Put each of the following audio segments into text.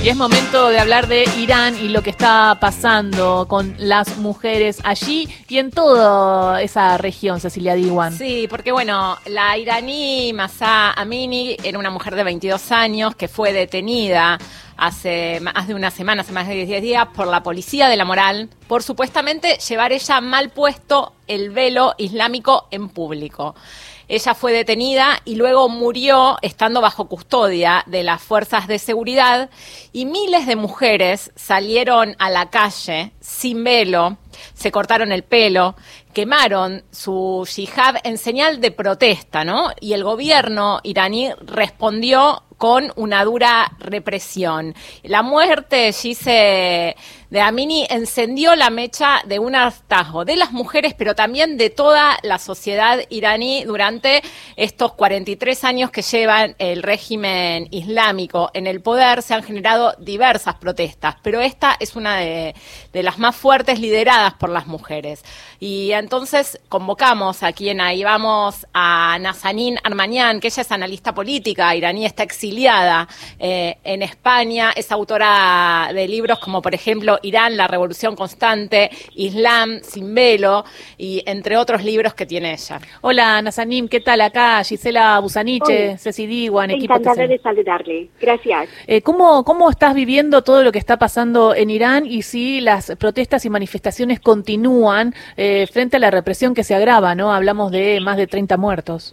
Y es momento de hablar de Irán y lo que está pasando con las mujeres allí y en toda esa región, Cecilia Diwan. Sí, porque bueno, la iraní Mahsa Amini era una mujer de 22 años que fue detenida hace más de una semana, hace más de 10 días, por la policía de la moral, por supuestamente llevar ella mal puesto el velo islámico en público. Ella fue detenida y luego murió estando bajo custodia de las fuerzas de seguridad y miles de mujeres salieron a la calle sin velo, se cortaron el pelo, quemaron su hijab en señal de protesta, ¿no? Y el gobierno iraní respondió con una dura represión. La muerte, Gise, de Amini encendió la mecha de un hartazgo de las mujeres, pero también de toda la sociedad iraní durante estos 43 años que llevan el régimen islámico en el poder. Se han generado diversas protestas, pero esta es una de las más fuertes, lideradas por las mujeres. Y entonces convocamos a quien ahí vamos, a Nazanin Armanian, que ella es analista política iraní, está exiliada en España, es autora de libros como por ejemplo Irán, la revolución constante, Islam sin velo y entre otros libros que tiene ella. Hola Nazanin, ¿qué tal? Acá Gisela Busaniche, Ceci Diwan, equipo. Encantada de saludarle, gracias. ¿Cómo estás viviendo todo lo que está pasando en Irán y si las protestas y manifestaciones continúan frente a la represión que se agrava, ¿no? Hablamos de más de 30 muertos.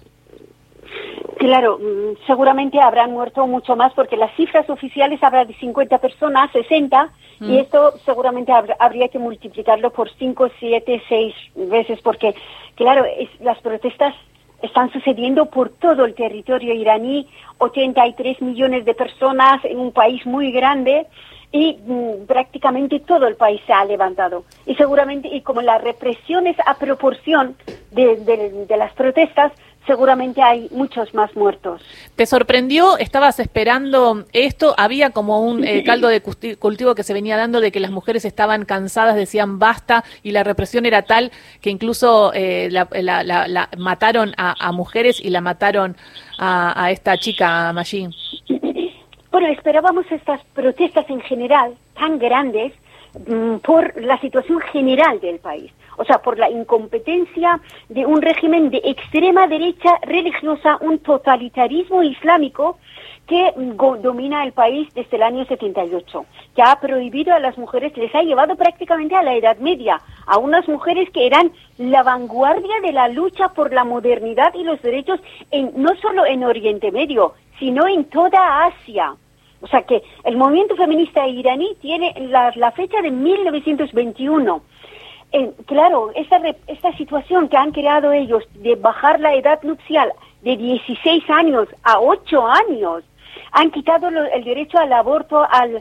Claro, seguramente habrán muerto mucho más porque las cifras oficiales hablan de 50 personas, 60, y esto seguramente habría que multiplicarlo por 5, 7, 6 veces porque, claro, las protestas están sucediendo por todo el territorio iraní, 83 millones de personas en un país muy grande y prácticamente todo el país se ha levantado. Y seguramente, y como la represión es a proporción de las protestas, seguramente hay muchos más muertos. ¿Te sorprendió? ¿Estabas esperando esto? Había como un caldo de cultivo que se venía dando de que las mujeres estaban cansadas, decían basta, y la represión era tal que incluso la mataron a mujeres y la mataron a esta chica, a Magin. Bueno, esperábamos estas protestas en general tan grandes por la situación general del país. O sea, por la incompetencia de un régimen de extrema derecha religiosa, un totalitarismo islámico que domina el país desde el año 78, que ha prohibido a las mujeres, les ha llevado prácticamente a la Edad Media, a unas mujeres que eran la vanguardia de la lucha por la modernidad y los derechos no solo en Oriente Medio, sino en toda Asia. O sea que el movimiento feminista iraní tiene la fecha de 1921. Claro, esta situación que han creado ellos de bajar la edad nupcial de 16 años a 8 años, han quitado el derecho al aborto,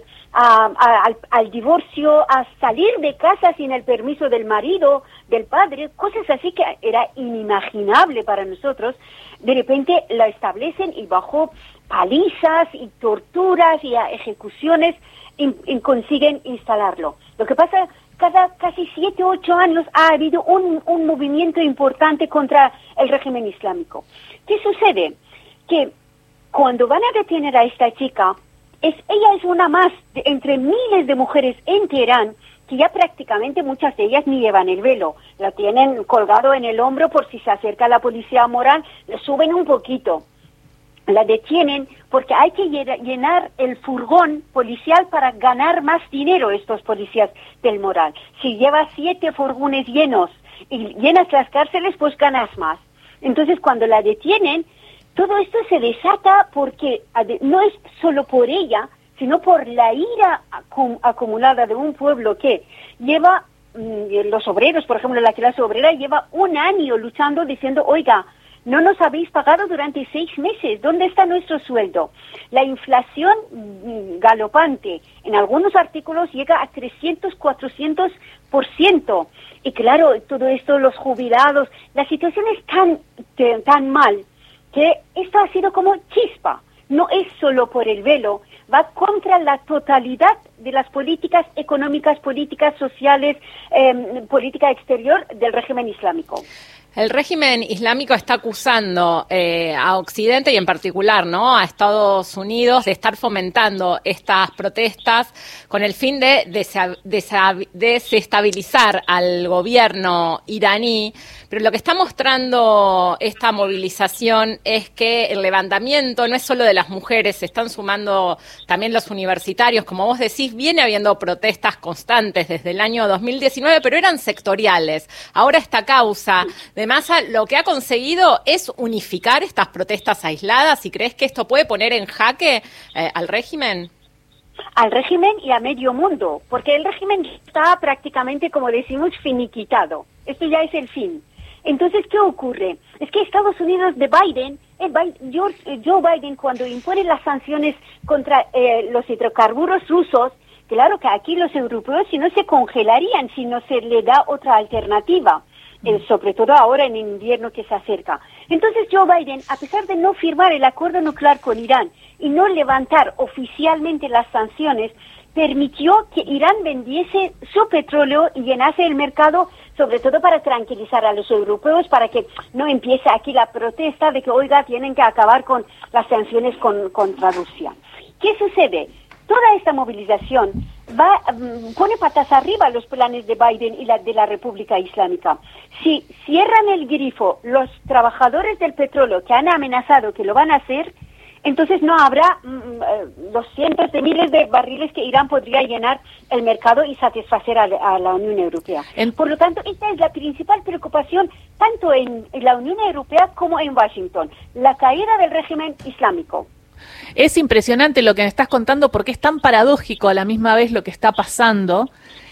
al divorcio, a salir de casa sin el permiso del marido, del padre, cosas así que era inimaginable para nosotros. De repente la establecen y bajo palizas y torturas y ejecuciones y consiguen instalarlo. Lo que pasa, cada casi 7 o 8 años ha habido un movimiento importante contra el régimen islámico. ¿Qué sucede? Que cuando van a detener a esta chica, ella es una más entre miles de mujeres en Teherán que ya prácticamente muchas de ellas ni llevan el velo. La tienen colgado en el hombro por si se acerca la policía moral, le suben un poquito. La detienen porque hay que llenar el furgón policial para ganar más dinero estos policías del moral. Si llevas 7 furgones llenos y llenas las cárceles, pues ganas más. Entonces, cuando la detienen, todo esto se desata porque no es solo por ella, sino por la ira acumulada de un pueblo que lleva, los obreros, por ejemplo, la clase obrera lleva 1 año luchando diciendo, oiga, no nos habéis pagado durante 6 meses. ¿Dónde está nuestro sueldo? La inflación galopante en algunos artículos llega a 300, 400%. Y claro, todo esto, los jubilados, la situación es tan mal que esto ha sido como chispa. No es solo por el velo, va contra la totalidad de las políticas económicas, políticas sociales, política exterior del régimen islámico. El régimen islámico está acusando a Occidente y en particular, ¿no?, a Estados Unidos de estar fomentando estas protestas con el fin de desestabilizar al gobierno iraní. Pero lo que está mostrando esta movilización es que el levantamiento no es solo de las mujeres, se están sumando también los universitarios. Como vos decís, viene habiendo protestas constantes desde el año 2019, pero eran sectoriales. Ahora esta causa de Massa lo que ha conseguido es unificar estas protestas aisladas. ¿Y crees que esto puede poner en jaque al régimen? Al régimen y a medio mundo, porque el régimen está prácticamente, como decimos, finiquitado. Esto ya es el fin. Entonces, ¿qué ocurre? Es que Estados Unidos de Biden, Joe Biden, cuando impone las sanciones contra los hidrocarburos rusos, claro que aquí los europeos si no se congelarían si no se le da otra alternativa. Sobre todo ahora en invierno que se acerca. Entonces Joe Biden, a pesar de no firmar el acuerdo nuclear con Irán y no levantar oficialmente las sanciones, permitió que Irán vendiese su petróleo y llenase el mercado, sobre todo para tranquilizar a los europeos, para que no empiece aquí la protesta de que, oiga, tienen que acabar con las sanciones contra Rusia. ¿Qué sucede? Toda esta movilización pone patas arriba los planes de Biden y de la República Islámica. Si cierran el grifo los trabajadores del petróleo que han amenazado que lo van a hacer, entonces no habrá los cientos de miles de barriles que Irán podría llenar el mercado y satisfacer a la Unión Europea. Por lo tanto, esta es la principal preocupación tanto en la Unión Europea como en Washington, la caída del régimen islámico. Es impresionante lo que me estás contando porque es tan paradójico a la misma vez lo que está pasando,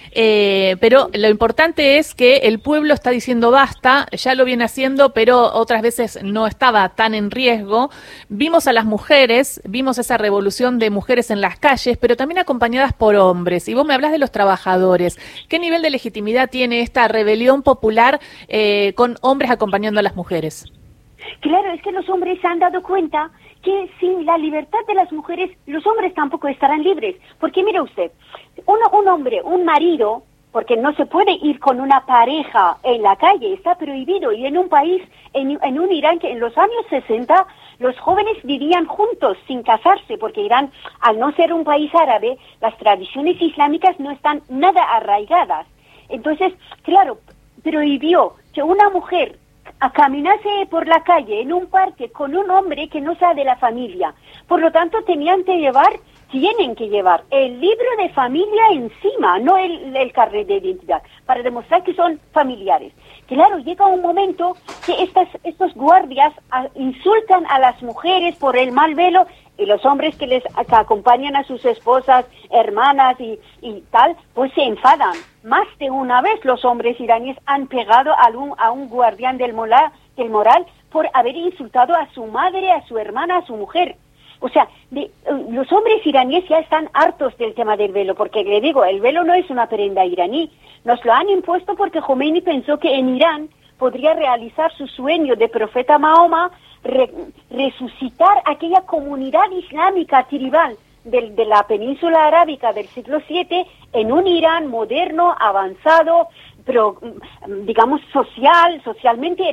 pero lo importante es que el pueblo está diciendo basta, ya lo viene haciendo, pero otras veces no estaba tan en riesgo. Vimos a las mujeres, vimos esa revolución de mujeres en las calles, pero también acompañadas por hombres. Y vos me hablás de los trabajadores. ¿Qué nivel de legitimidad tiene esta rebelión popular con hombres acompañando a las mujeres? Claro, es que los hombres se han dado cuenta que sin la libertad de las mujeres, los hombres tampoco estarán libres. Porque mire usted, un hombre, un marido, porque no se puede ir con una pareja en la calle, está prohibido. Y en un país, en un Irán que en los años 60, los jóvenes vivían juntos sin casarse, porque Irán, al no ser un país árabe, las tradiciones islámicas no están nada arraigadas. Entonces, claro, prohibió que una mujer caminase por la calle en un parque con un hombre que no sea de la familia. Por lo tanto, tienen que llevar el libro de familia encima, no el carnet de identidad, para demostrar que son familiares. Claro, llega un momento que estos guardias insultan a las mujeres por el mal velo, y los hombres que acompañan a sus esposas, hermanas y tal, pues se enfadan. Más de una vez los hombres iraníes han pegado a un guardián del moral por haber insultado a su madre, a su hermana, a su mujer. O sea, los hombres iraníes ya están hartos del tema del velo, porque le digo, el velo no es una prenda iraní. Nos lo han impuesto porque Khomeini pensó que en Irán podría realizar su sueño de profeta Mahoma, resucitar aquella comunidad islámica tribal de la península arábica del siglo VII en un Irán moderno, avanzado, pero digamos socialmente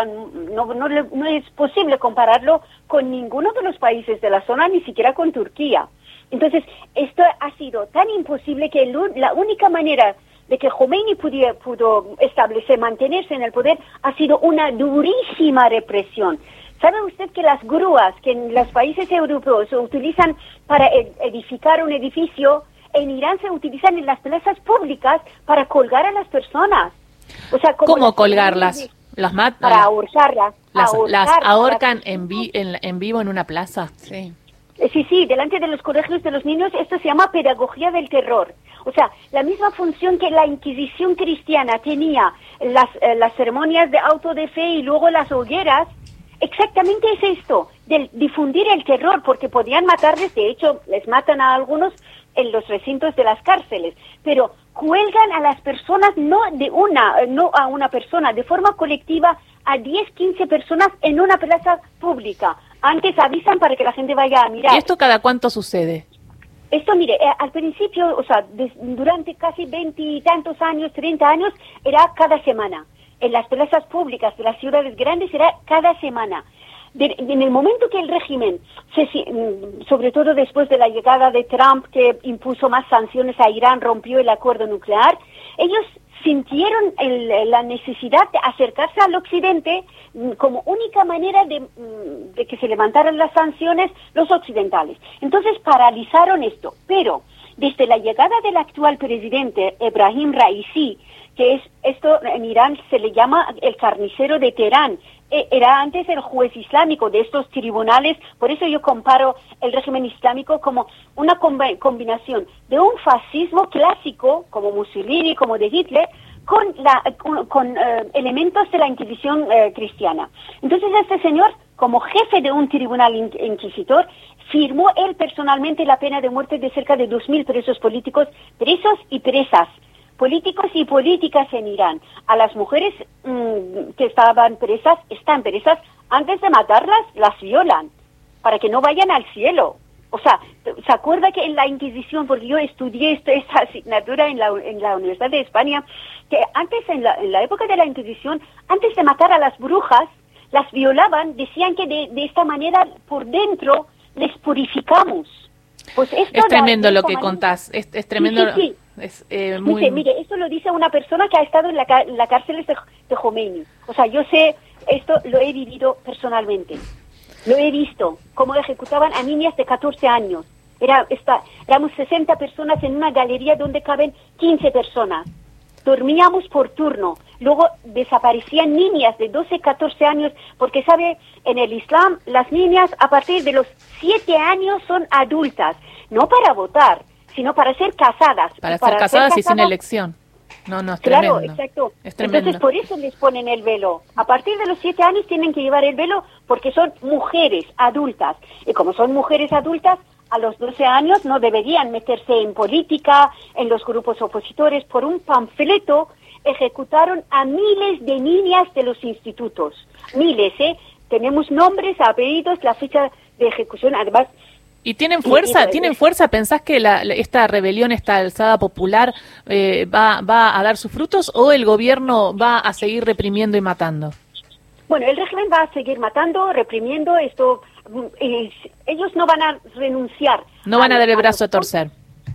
no es posible compararlo con ninguno de los países de la zona, ni siquiera con Turquía. Entonces, esto ha sido tan imposible que la única manera de que Khomeini pudo mantenerse en el poder ha sido una durísima represión. ¿Sabe usted que las grúas que en los países europeos se utilizan para edificar un edificio, en Irán se utilizan en las plazas públicas para colgar a las personas? O sea, ¿cómo colgarlas? ¿Las matan? Para ahorcarlas. ¿Las ahorcan en vivo en una plaza? Sí. Sí, delante de los colegios de los niños. Esto se llama pedagogía del terror. O sea, la misma función que la Inquisición cristiana tenía las ceremonias de auto de fe y luego las hogueras, exactamente es esto, de difundir el terror, porque podían matarles, de hecho, les matan a algunos en los recintos de las cárceles, pero cuelgan a las personas no a una persona, de forma colectiva a 10, 15 personas en una plaza pública. Antes avisan para que la gente vaya a mirar. ¿Y esto cada cuánto sucede? Esto, mire, al principio, o sea, durante casi 20 y tantos años, 30 años, era cada semana. en las plazas públicas de las ciudades grandes era cada semana. En el momento que el régimen, sobre todo después de la llegada de Trump, que impuso más sanciones a Irán, rompió el acuerdo nuclear, ellos sintieron la necesidad de acercarse al occidente como única manera de que se levantaran las sanciones los occidentales. Entonces paralizaron esto, pero desde la llegada del actual presidente Ebrahim Raisi, que es esto en Irán se le llama el carnicero de Teherán, era antes el juez islámico de estos tribunales, por eso yo comparo el régimen islámico como una combinación de un fascismo clásico, como Mussolini, como de Hitler, con elementos de la Inquisición cristiana. Entonces este señor, como jefe de un tribunal inquisitor, firmó él personalmente la pena de muerte de cerca de 2.000 presos políticos, presos y presas, políticos y políticas en Irán. A las mujeres que están presas, antes de matarlas, las violan, para que no vayan al cielo. O sea, ¿se acuerda que en la Inquisición, porque yo estudié esta asignatura en la Universidad de España, que antes, en la época de la Inquisición, antes de matar a las brujas, las violaban, decían que de esta manera, por dentro, les purificamos. Pues esto es tremendo lo que contás, es tremendo. Sí. Mire, esto lo dice una persona que ha estado en la cárcel de Khomeini. O sea, yo sé, esto lo he vivido personalmente. Lo he visto, cómo ejecutaban a niñas de 14 años. Éramos 60 personas en una galería donde caben 15 personas. Dormíamos por turno. Luego desaparecían niñas de 12, 14 años, porque, ¿sabe? En el Islam, las niñas a partir de los 7 años son adultas, no para votar, sino para ser casadas. Para ser casadas y sin elección. No, es claro, tremendo. Exacto. Es tremendo. Entonces, por eso les ponen el velo. A partir de los 7 años tienen que llevar el velo porque son mujeres adultas. Y como son mujeres adultas, a los 12 años no deberían meterse en política, en los grupos opositores. Por un panfleto ejecutaron a miles de niñas de los institutos. Miles, ¿eh? Tenemos nombres, apellidos, la fecha de ejecución, además. ¿Y tienen fuerza? ¿Pensás que esta rebelión, esta alzada popular va a dar sus frutos o el gobierno va a seguir reprimiendo y matando? Bueno, el régimen va a seguir matando, reprimiendo esto. Ellos no van a renunciar. No van a dar el brazo a torcer.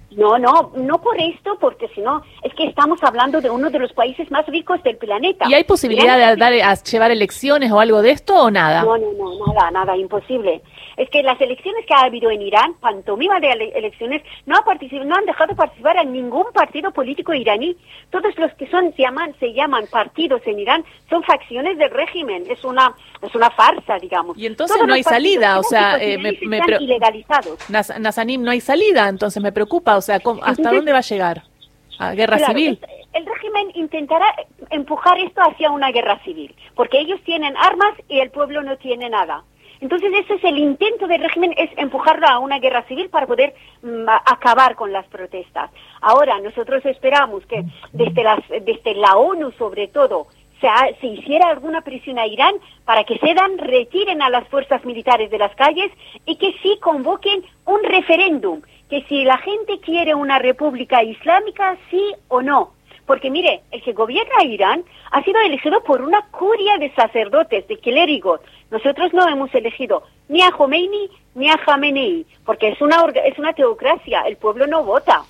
No por esto, porque si no, es que estamos hablando de uno de los países más ricos del planeta. ¿Y hay posibilidad de llevar elecciones o algo de esto o nada? No, nada, imposible. Es que las elecciones que ha habido en Irán, pantomima de elecciones, no han dejado participar a ningún partido político iraní. Todos los que se llaman partidos en Irán son facciones del régimen. Es una farsa, digamos. Y entonces no hay salida, o sea, están ilegalizados. Nazanim, no hay salida, entonces me preocupa, o sea, ¿hasta dónde va a llegar? ¿A guerra civil? El régimen intentará empujar esto hacia una guerra civil, porque ellos tienen armas y el pueblo no tiene nada. Entonces ese es el intento del régimen, es empujarlo a una guerra civil para acabar con las protestas. Ahora, nosotros esperamos que desde la ONU, sobre todo, se hiciera alguna presión a Irán para que retiren a las fuerzas militares de las calles y que sí convoquen un referéndum, que si la gente quiere una república islámica, sí o no. Porque mire, el que gobierna Irán ha sido elegido por una curia de sacerdotes, de clérigos. Nosotros no hemos elegido ni a Khomeini ni a Khamenei, porque es una teocracia, el pueblo no vota.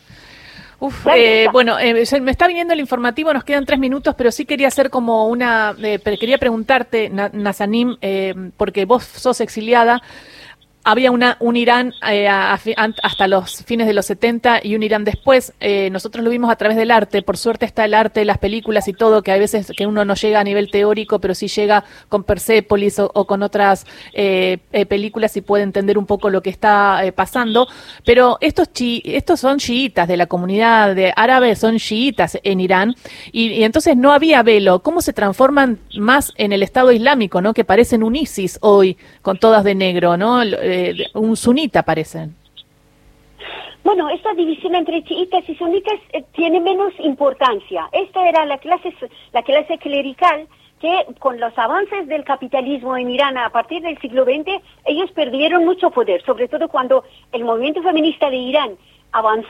Bueno, me está viniendo el informativo, nos quedan 3 minutos, pero sí quería hacer como quería preguntarte, Nazanim, porque vos sos exiliada. Había un Irán hasta los fines de los 70 y un Irán después. Nosotros lo vimos a través del arte. Por suerte está el arte, las películas y todo, que hay veces que uno no llega a nivel teórico, pero sí llega con Persépolis o con otras películas y puede entender un poco lo que está pasando. Pero estos son chiitas de la comunidad de árabe, son chiitas en Irán y entonces no había velo. ¿Cómo se transforman más en el Estado Islámico, ¿no? Que parecen un ISIS hoy, con todas de negro, ¿no? Un sunita parecen. Bueno, esta división entre chiitas y sunitas tiene menos importancia. Esta era la clase clerical que con los avances del capitalismo en Irán a partir del siglo XX, ellos perdieron mucho poder, sobre todo cuando el movimiento feminista de Irán avanzó,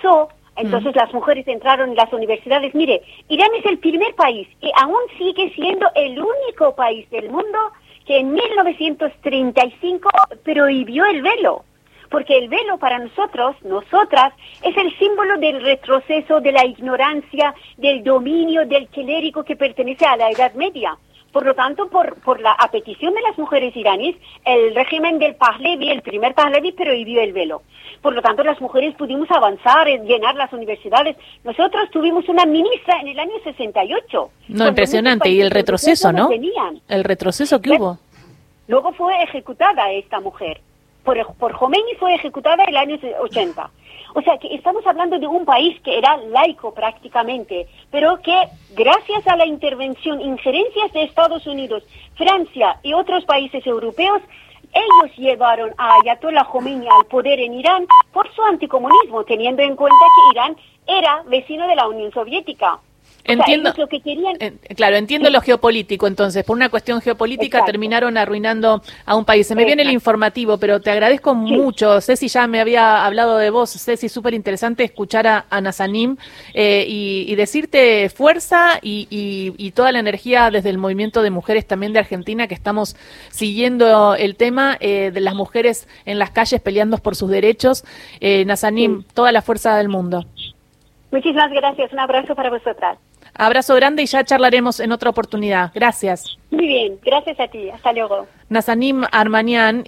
Entonces las mujeres entraron en las universidades. Mire, Irán es el primer país y aún sigue siendo el único país del mundo que en 1935 prohibió el velo. Porque el velo para nosotros, nosotras, es el símbolo del retroceso, de la ignorancia, del dominio, del clérigo que pertenece a la Edad Media. Por lo tanto, por la petición de las mujeres iraníes, el régimen del Pahlavi, el primer Pahlavi, prohibió el velo. Por lo tanto, las mujeres pudimos avanzar, llenar las universidades. Nosotros tuvimos una ministra en el año 68. No, impresionante. Y el retroceso, ¿no? El retroceso que hubo. Luego fue ejecutada esta mujer. Por Khomeini fue ejecutada en el año 80. O sea que estamos hablando de un país que era laico prácticamente, pero que gracias a la injerencias de Estados Unidos, Francia y otros países europeos, ellos llevaron a Ayatollah Khomeini al poder en Irán por su anticomunismo, teniendo en cuenta que Irán era vecino de la Unión Soviética. Entiendo, o sea, lo que querían... claro, entiendo lo geopolítico, entonces, por una cuestión geopolítica Exacto. Terminaron arruinando a un país. Se me viene el informativo, pero te agradezco mucho. Ceci ya me había hablado de vos, Ceci, súper interesante escuchar a Nazanin y decirte fuerza y toda la energía desde el movimiento de mujeres también de Argentina, que estamos siguiendo el tema de las mujeres en las calles peleando por sus derechos. Nazanin, toda la fuerza del mundo. Muchísimas gracias, un abrazo para vosotras. Abrazo grande y ya charlaremos en otra oportunidad. Gracias. Muy bien, gracias a ti. Hasta luego. Nazanin Armanian.